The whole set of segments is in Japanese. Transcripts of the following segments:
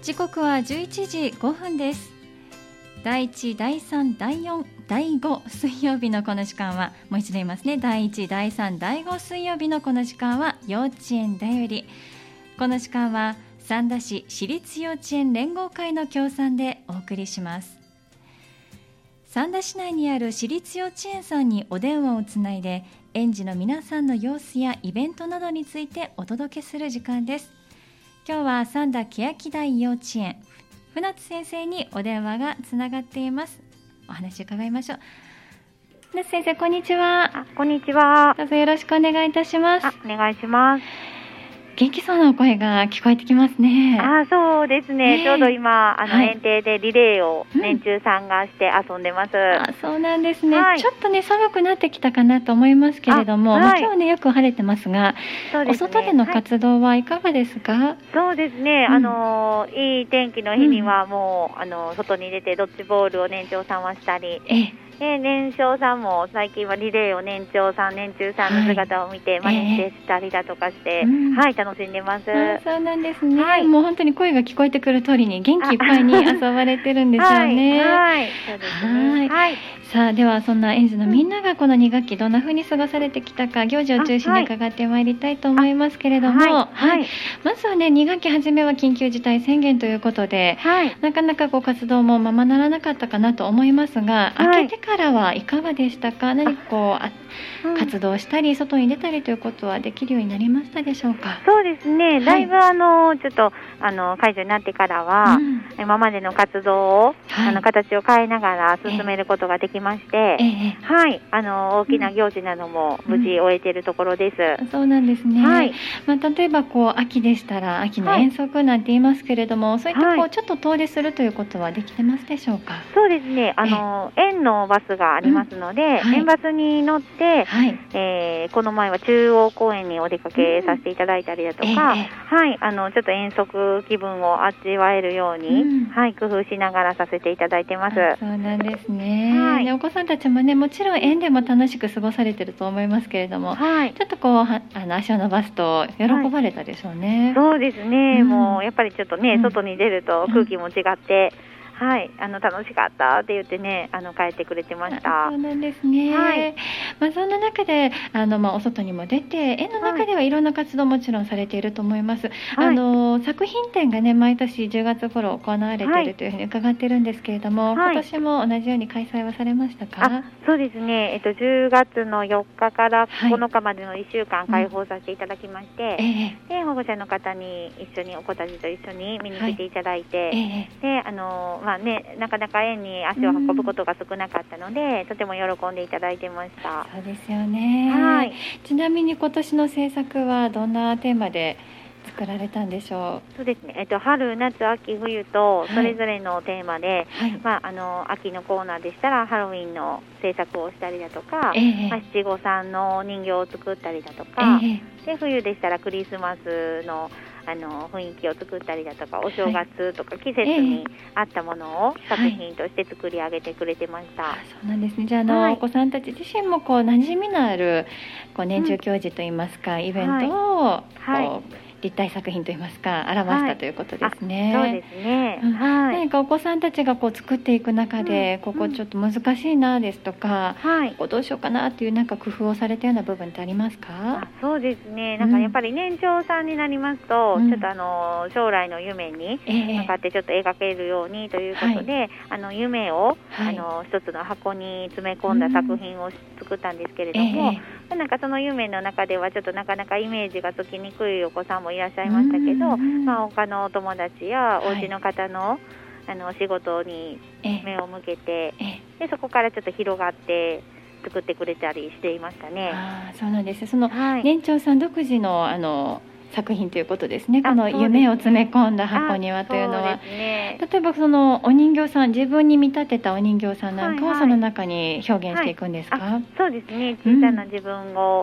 時刻は11時5分です。第1、第3、第4、第5水曜日のこの時間は、もう一度言いますね。第1、第3、第5水曜日のこの時間は幼稚園だより。この時間は三田市私立幼稚園連合会の協賛でお送りします。三田市内にある私立幼稚園さんにお電話をつないで、園児の皆さんの様子やイベントなどについてお届けする時間です。今日は三田欅台幼稚園船津先生にお電話がつながっています。お話伺いましょう。船津先生、こんにちは。 こんにちは。 どうぞよろしくお願いいたします。 お願いします。 元気そうなお声が聞こえてきますね。 そうですね。ちょうど今園庭でリレーを年中さんがして遊んでます。 そうなんですね。ちょっとね寒くなってきたかなと思いますけれども、今日はねよく晴れてますが、お外での活動はいかがですか？ そうですね。いい天気の日にはもう外に出てドッジボールを年長さんはしたり。年少さんも最近はリレーを年長さん年中さんの姿を見て真似してしたりだとかして、楽しんでます。 そうなんですね。もう本当に声が聞こえてくる通りに元気いっぱいに遊ばれてるんですよね。 そうですね。 さあではそんな園児のみんながこの2学期どんな風に過ごされてきたか、行事を中心に伺ってまいりたいと思いますけれども、まずはね2学期初めは緊急事態宣言ということで、なかなか活動もままならなかったかなと思いますが、明けてからはいかがでしたか？何か活動したり外に出たりということはできるようになりましたでしょうか？ そうですね。だいぶちょっと解除になってからは、今までの活動を形を変えながら進めることができまして、大きな行事なども無事終えているところです。 そうなんですね。例えば秋でしたら秋の遠足なんて言いますけれども、そういったちょっと遠出するということはできてますでしょうか？ そうですね。園のバスがありますので、園バスに乗って、この前は中央公園にお出かけさせていただいたりだとか、ちょっと遠足気分を味わえるように、工夫しながらさせていただいてます。 そうなんですね。お子さんたちもね、もちろん園でも楽しく過ごされてると思いますけれども、ちょっと足を伸ばすと喜ばれたでしょうね。 そうですね。もうやっぱりちょっとね、外に出ると空気も違って、楽しかったって言ってね、帰ってくれてました。 そうなんですね。そんな中でお外にも出て、園の中ではいろんな活動もちろんされていると思います。作品展がね毎年10月頃行われているというふうに伺っているんですけれども、今年も同じように開催はされましたか？ そうですね。10月の4日から9日までの1週間開放させていただきまして、で保護者の方に一緒にお子たちと一緒に見に来ていただいて、でなかなか園に足を運ぶことが少なかったので、とても喜んでいただいてました。 そうですよね。ちなみに今年の制作はどんなテーマで作られたんでしょう？ そうですね。春、夏、秋、冬とそれぞれのテーマで、秋のコーナーでしたらハロウィンの制作をしたりだとか、七五三のお人形を作ったりだとか、で冬でしたらクリスマスの雰囲気を作ったりだとか、お正月とか季節に合ったものを作品として作り上げてくれてました。 そうなんですね。じゃあ、お子さんたち自身も馴染みのある年中行事といいますか、イベントを立体作品といいますか表したということですね。 そうですね。 何かお子さんたちが作っていく中で、ここちょっと難しいなですとか、どうしようかなっていうなんか工夫をされたような部分ってありますか？ そうですね。なんかやっぱり年長さんになりますと、ちょっと将来の夢に向かってちょっと描けるようにということで、夢を一つの箱に詰め込んだ作品を作ったんですけれども、なんかその夢の中ではちょっとなかなかイメージがつきにくいお子さんもいらっしゃいましたけど、他のお友達やお家の方のお仕事に目を向けて、でそこからちょっと広がって作ってくれたりしていましたね。 そうなんです。その年長さん独自の作品ということですね。この夢を詰め込んだ箱庭というのは、例えばそのお人形さん、自分に見立てたお人形さんなんかをその中に表現していくんですか？ そうですね。小さな自分を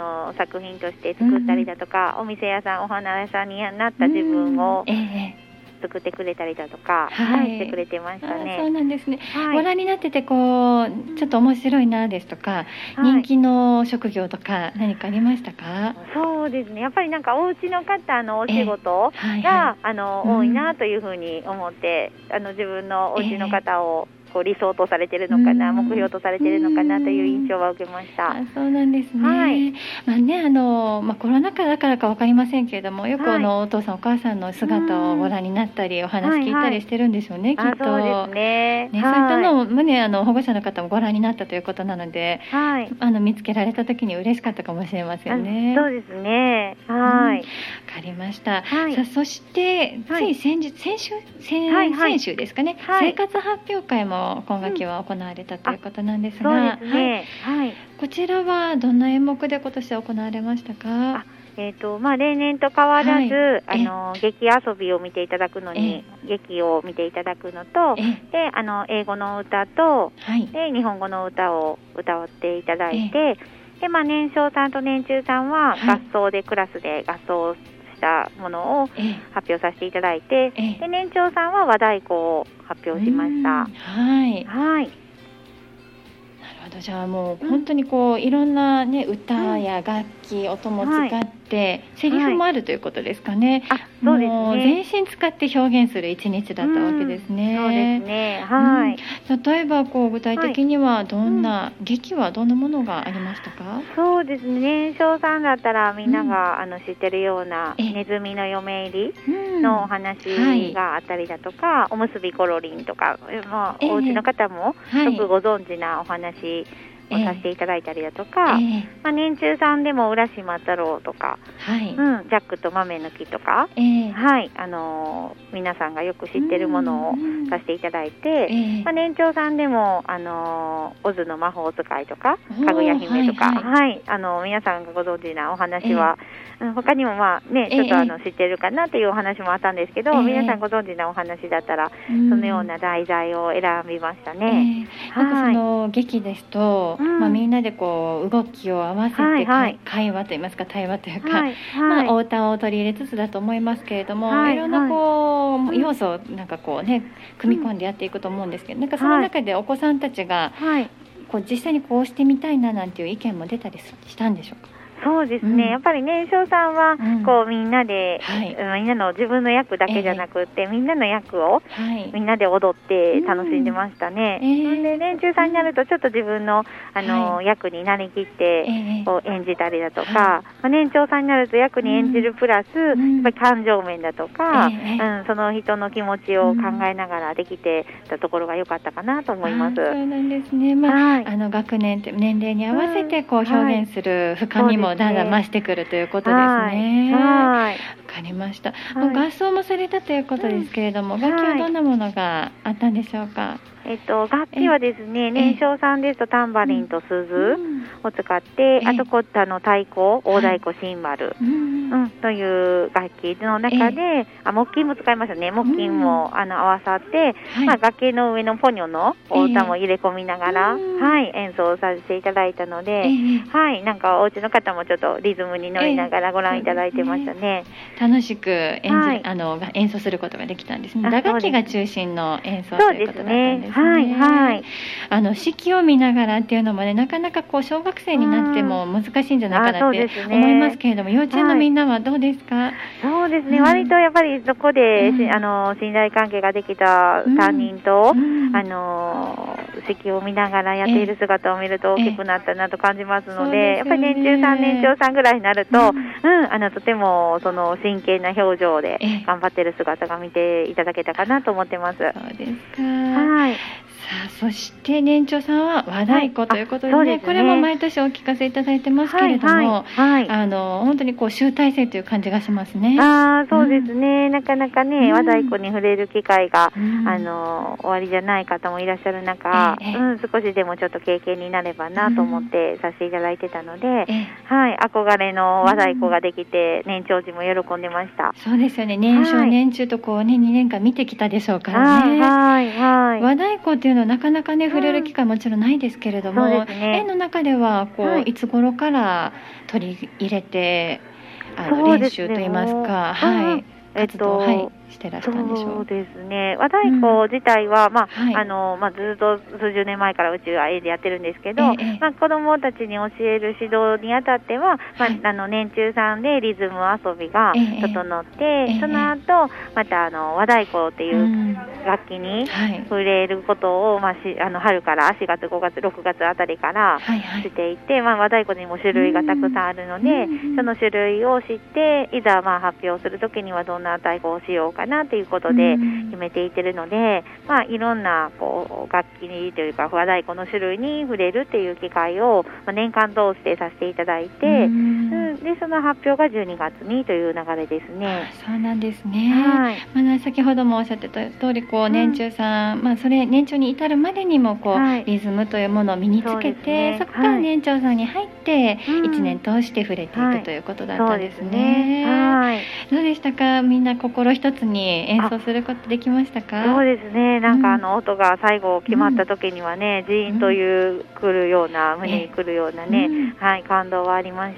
作品として作ったりだとか、お店屋さん、お花屋さんになった自分を作ってくれたりだとか、してくれてましたね。 そうなんですね。ご覧になっててこうちょっと面白いなですとか、人気の職業とか何かありましたか？ そうですね。やっぱりなんかお家の方のお仕事が、多いなというふうに思って、自分のお家の方をこう理想とされているのかな、目標とされているのかなという印象は受けました。 そうなんですね。コロナ禍だからか分かりませんけれども、よくお父さんお母さんの姿をご覧になったり、お話聞いたりしてるんでしょうね、きっと。 そうですね。 そういったのを保護者の方もご覧になったということなので、見つけられた時に嬉しかったかもしれませんね。 そうですね。 わかりました。さあ、そしてつい先週ですかね、生活発表会も今学期は行われたということなんですが、こちらはどんな演目で今年行われましたか？ 例年と変わらず、劇遊びを見ていただくのに、劇を見ていただくのと、で英語の歌と、で日本語の歌を歌っていただいて、で年少さんと年中さんは合奏で、クラスで合奏したものを発表させていただいて、で年長さんは和太鼓を発表しました。 じゃあもう本当にこういろんなね、歌や楽器、音も使ってセリフもあるということですかね。 そうですね。 全身使って表現する一日だったわけですね。 そうですね。 例えばこう具体的にはどんな劇はどんなものがありましたか？ そうですね。年少さんだったらみんなが知ってるようなネズミの嫁入りのお話があったりだとか、おむすびコロリンとか、お家の方もよくご存知なお話をさせていただいたりだとか、年中さんでも浦島太郎とか、ジャックと豆の木とか、皆さんがよく知ってるものをさせていただいて、年長さんでもオズの魔法使いとかかぐや姫とか、皆さんがご存知なお話は、他にもちょっと知ってるかなというお話もあったんですけど、皆さんご存知なお話だったらそのような題材を選びましたね。 なんかその劇ですと、みんなでこう動きを合わせて、会話といいますか対話というか、お歌を取り入れつつだと思いますけれども、いろんなこう要素をなんかこうね組み込んでやっていくと思うんですけど、なんかその中でお子さんたちがこう実際にこうしてみたいななんていう意見も出たりしたんでしょうか？ そうですね、やっぱり年少さんはこうみんなで、みんなの自分の役だけじゃなくて、みんなの役をみんなで踊って楽しんでましたね。で年中さんになるとちょっと自分の、役になりきってこう演じたりだとか、年長さんになると役に演じるプラス、やっぱり感情面だとか、その人の気持ちを考えながらできてたところが良かったかなと思います。 そうなんですね。学年って年齢に合わせてこう表現する深みもだんだん増してくるということですね。わかりました。合奏もされたということですけれども、楽器はどんなものがあったんでしょうか？ 楽器はですね、年少さんですとタンバリンと鈴を使って、あと太鼓、大太鼓、シンバル、という楽器の中で、木琴も使いましたね。木琴も合わさって、崖の上のポニョのお歌も入れ込みながら、演奏させていただいたので、なんかお家の方もちょっとリズムに乗りながらご覧いただいてましたね。 楽しく演奏することができたんですね。打楽器が中心の演奏ということだったんですね。式を見ながらっていうのもね、なかなかこう小学生になっても難しいんじゃないかなって思いますけれども、幼稚園のみんなはどうですか？ そうですね、割とやっぱりそこで信頼関係ができた担任と式を見ながらやっている姿を見ると大きくなったなと感じますので、やっぱり年中さん年長さんぐらいになると、とてもその真剣な表情で頑張ってる姿が見ていただけたかなと思ってます。 そうですか。さあ、そして年長さんは和太鼓ということでね、これも毎年お聞かせいただいてますけれども、本当にこう集大成という感じがしますね。 そうですね、なかなかね、和太鼓に触れる機会が終わりじゃない方もいらっしゃる中、少しでもちょっと経験になればなと思ってさせていただいてたので、憧れの和太鼓ができて年長児も喜んでました。 そうですよね、年少年中とこうね2年間見てきたでしょうからね。和太鼓っていうのはなかなかね触れる機会もちろんないですけれども、園の中ではこういつ頃から取り入れて練習といいますか、 してらしたんでしょう。 そうですね、和太鼓自体は、ずっと数十年前からうちは家でやってるんですけど、子どもたちに教える指導にあたっては、年中さんでリズム遊びが整って、その後また和太鼓っていう楽器に触れることを、春から4月5月6月あたりからしていて、和太鼓にも種類がたくさんあるので、その種類を知っていざ発表するときにはどんな太鼓をしようかなということで決めていってるので、いろんな楽器というか和太鼓の種類に触れるっていう機会を、年間通してさせていただいて、でその発表が12月にという流れですね。 そうなんですね。先ほどもおっしゃってた通り年中さん、それ年長に至るまでにもリズムというものを身につけて、そこから年長さんに入って1年通して触れていくということだったんですね。どうでしたか、みんな心一つに演奏することできましたか？ そうですね、音が最後決まった時にはね、ジーンという来るような、胸に来るようなね、感動はありました。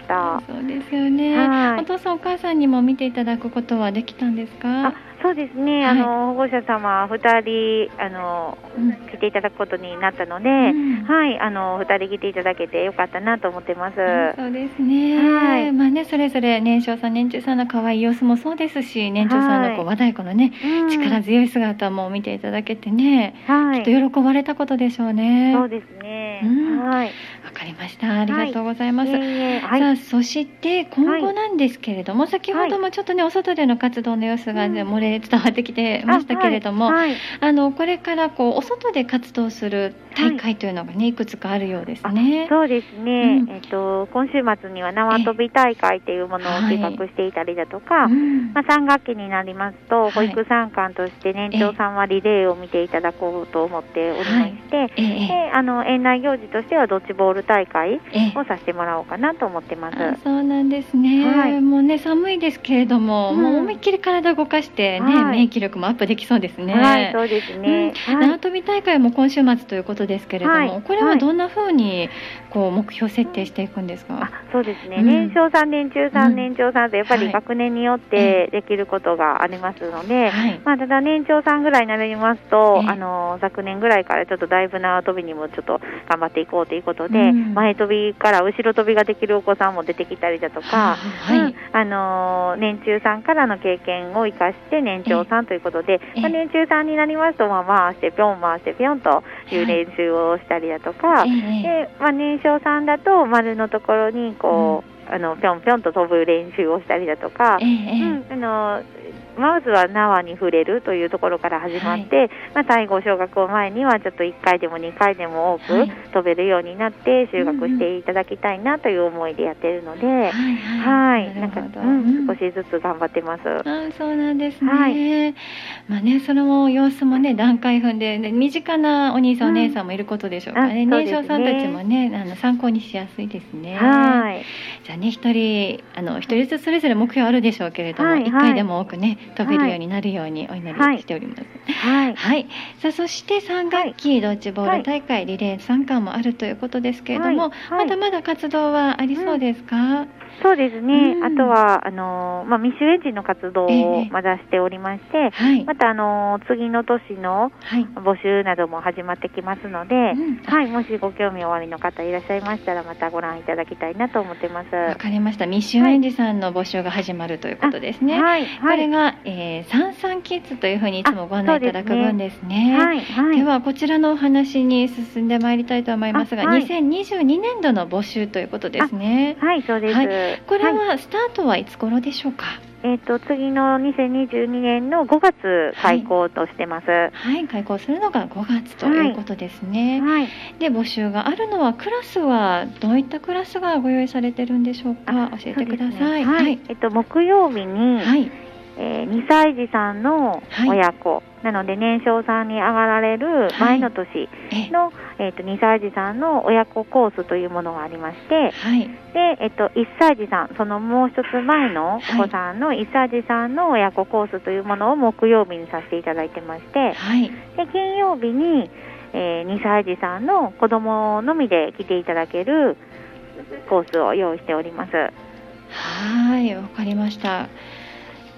そうですよね。お父さんお母さんにも見ていただくことはできたんですか？ そうですね、保護者様2人来ていただくことになったので、2人来ていただけてよかったなと思ってます。 そうですね。それぞれ年少さん年中さんの可愛い様子もそうですし、年長さんの和太鼓のね、力強い姿も見ていただけてね、きっと喜ばれたことでしょうね。 そうですね。 わかりました。ありがとうございます。さあ、そして今後なんですけれども、先ほどもちょっとね、お外での活動の様子が伝わってきてましたけれども、これからお外で活動する大会というのがね、いくつかあるようですね。 そうですね。今週末には縄跳び大会というものを企画していたりだとか、3学期になりますと保育参観として年長さんはリレーを見ていただこうと思っておりまして、園内行事としてはドッジボール大会をさせてもらおうかなと思ってます。 そうなんですね。もうね、寒いですけれども、もう思いっきり体を動かしてね、免疫力もアップできそうですね。 そうですね。 縄跳び大会も今週末ということですけれども、これはどんな風に目標設定していくんですか？ そうですね。年少さん、年中さん、年長さんとやっぱり学年によってできることがありますので、ただ年長さんぐらいになりますと、昨年ぐらいからちょっとだいぶ縄跳びにもちょっと頑張っていこうということで、前跳びから後ろ跳びができるお子さんも出てきたりだとか、年中さんからの経験を生かして年長さんということで、年中さんになりますと、回してぴょん回してぴょんという練習をしたりだとか、で年少さんだと丸のところにぴょんぴょんと飛ぶ練習をしたりだとか、まずは縄に触れるというところから始まって、最後小学校前にはちょっと1回でも2回でも多く飛べるようになって収穫していただきたいなという思いでやっているので、少しずつ頑張ってます。 そうなんですね。その様子もね、段階踏んで、身近なお兄さんお姉さんもいることでしょうからね、年少さんたちもね、参考にしやすいですね。じゃあね、一人ずつそれぞれ目標あるでしょうけれども、1回でも多くね飛べるようになるようにお祈りしております。さあ、そして3学期ドッジボール大会リレー参加もあるということですけれども、まだまだ活動はありそうですか？ そうですね。あとは未就園児の活動をまだしておりまして、また次の年の募集なども始まってきますので、もしご興味おありの方いらっしゃいましたらまたご覧いただきたいなと思ってます。 わかりました。未就園児さんの募集が始まるということですね。これがサンサンキッズというふうにいつもご案内いただく分ですね。ではこちらのお話に進んでまいりたいと思いますが、2022年度の募集ということですね。 そうです。 これはスタートはいつ頃でしょうか？ 次の2022年の5月開校としてます。 開校するのが5月ということですね。で、募集があるのは、クラスはどういったクラスがご用意されてるんでしょうか？教えてください。 木曜日に、2歳児さんの親子、なので年少さんに上がられる前の年の、2歳児さんの親子コースというものがありまして、で、1歳児さん、そのもう一つ前のお子さんの1歳児さんの親子コースというものを木曜日にさせていただいてまして、で金曜日に、2歳児さんの子供のみで来ていただけるコースを用意しております。 わかりました。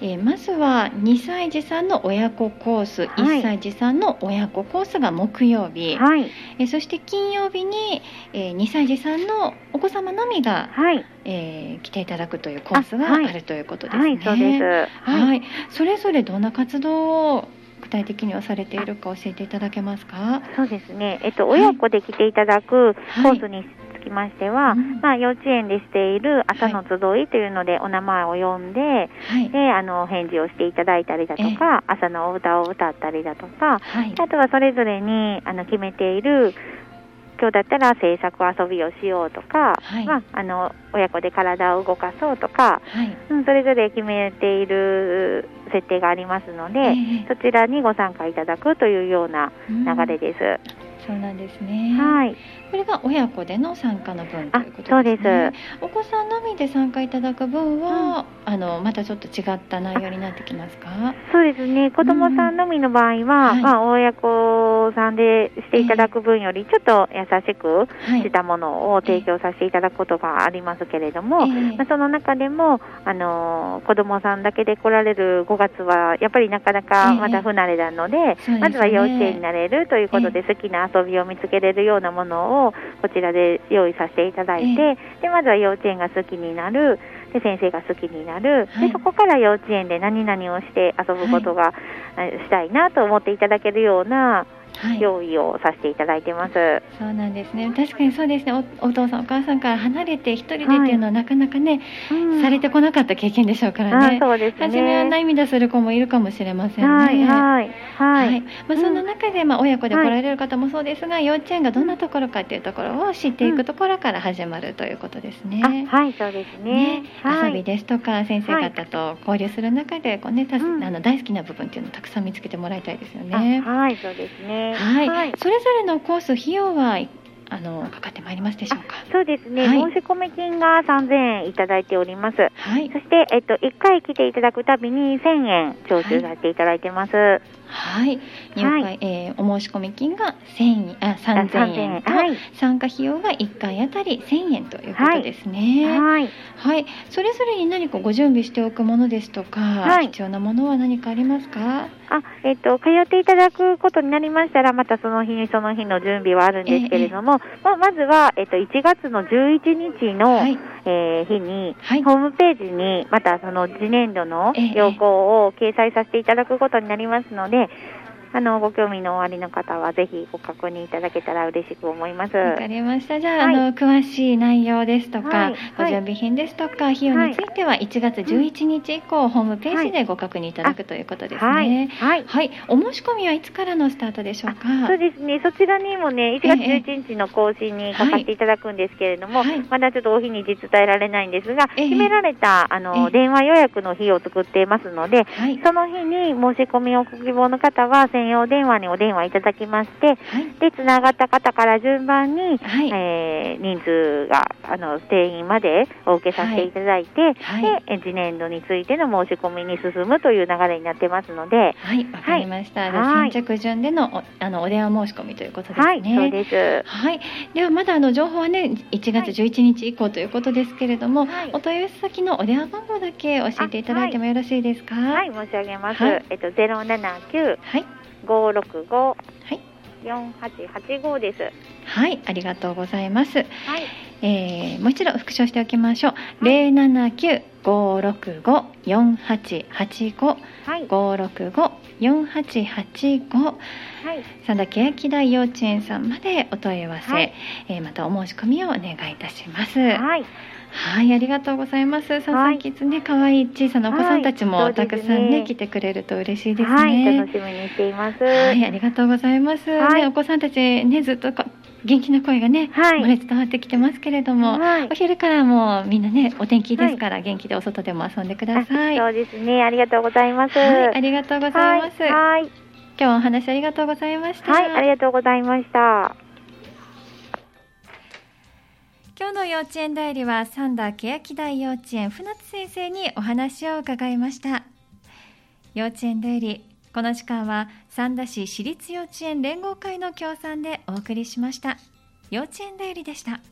まずは2歳児さんの親子コース、1歳児さんの親子コースが木曜日、そして金曜日に、2歳児さんのお子様のみが、来ていただくというコースがあるということですね。 そうです。 それぞれどんな活動を具体的にはされているか教えていただけますか？ そうですね、親子で来ていただくコースにつきましては、幼稚園でしている朝の集いというのでお名前を呼んで、で返事をしていただいたりだとか、朝のお歌を歌ったりだとか、あとはそれぞれに決めている、今日だったら制作遊びをしようとか、親子で体を動かそうとか、それぞれ決めている設定がありますので、そちらにご参加いただくというような流れです。 そうなんですね。これが親子での参加の分ということですね。 そうです。 お子さんのみで参加いただく分は、またちょっと違った内容になってきますか？ そうですね。子どもさんのみの場合は、親子さんでしていただく分よりちょっと優しくしたものを提供させていただくことがありますけれども、その中でも子どもさんだけで来られる5月はやっぱりなかなかまだ不慣れなので、まずは幼稚園になれるということで、好きな遊びを見つけれるようなものをこちらで用意させていただいて、でまずは幼稚園が好きになる、で先生が好きになる、でそこから幼稚園で何々をして遊ぶことが、したいなと思っていただけるような用意をさせていただいてます。 そうなんですね。確かにそうですね。お父さんお母さんから離れて一人でっていうのはなかなかね、されてこなかった経験でしょうからね。 そうですね。 初めは涙する子もいるかもしれませんね。そんな中で、親子で来られる方もそうですが、幼稚園がどんなところかっていうところを知っていくところから始まるということですね。 そうですね。 遊びですとか先生方と交流する中でこう、ね、大好きな部分っていうのをたくさん見つけてもらいたいですよね。 そうですね。 それぞれのコース費用はかかってまいりますでしょうか？ そうですね、申し込み金が3000円いただいております。そして、1回来ていただくたびに1000円徴収させていただいてます。 お申し込み金が3000円と、参加費用が1回あたり1000円ということですね。それぞれに何かご準備しておくものですとか、必要なものは何かありますか？ 通っていただくことになりましたら、またその日にその日の準備はあるんですけれども、まずは、1月の11日の、日に、ホームページにまたその次年度の要項を掲載させていただくことになりますので、ご興味のおありの方はぜひご確認いただけたら嬉しく思います。 わかりました。じゃあ、詳しい内容ですとか、ご準備品ですとか費用については1月11日以降、ホームページでご確認いただくということですね。お申し込みはいつからのスタートでしょうか？ そうですね、そちらにもね、1月11日の更新にかかっていただくんですけれども、まだちょっとお日にち伝えられないんですが、決められた電話予約の日を作っていますので、その日に申し込みをご希望の方は専用電話にお電話いただきまして、でつながった方から順番に、人数が定員までお受けさせていただいて、で次年度についての申し込みに進むという流れになってますので、 わかりました。先着順でのお電話申し込みということですね。 そうです。 ではまだ情報はね1月11日以降ということですけれども、お問い合わせ先のお電話番号だけ教えていただいてもよろしいですか？ 申し上げます。079 565-4885です。 ありがとうございます。もう一度復唱しておきましょう。079-565-4885 565-4885、三田欅台幼稚園さんまでお問い合わせ、またお申し込みをお願いいたします。ありがとうございます。さんキッズね、可愛い小さなお子さんたちもたくさんね、来てくれると嬉しいですね。 楽しみにしています。 ありがとうございます。お子さんたちね、ずっと元気な声がね、漏れ伝わってきてますけれども、お昼からもみんなね、お天気ですから、元気でお外でも遊んでください。 そうですね、ありがとうございます。 ありがとうございます。今日はお話ありがとうございました。 ありがとうございました。 今日の幼稚園代理は三田欅台幼稚園船津先生にお話を伺いました。幼稚園代理、この時間は三田市私立幼稚園連合会の協賛でお送りしました。幼稚園代理でした。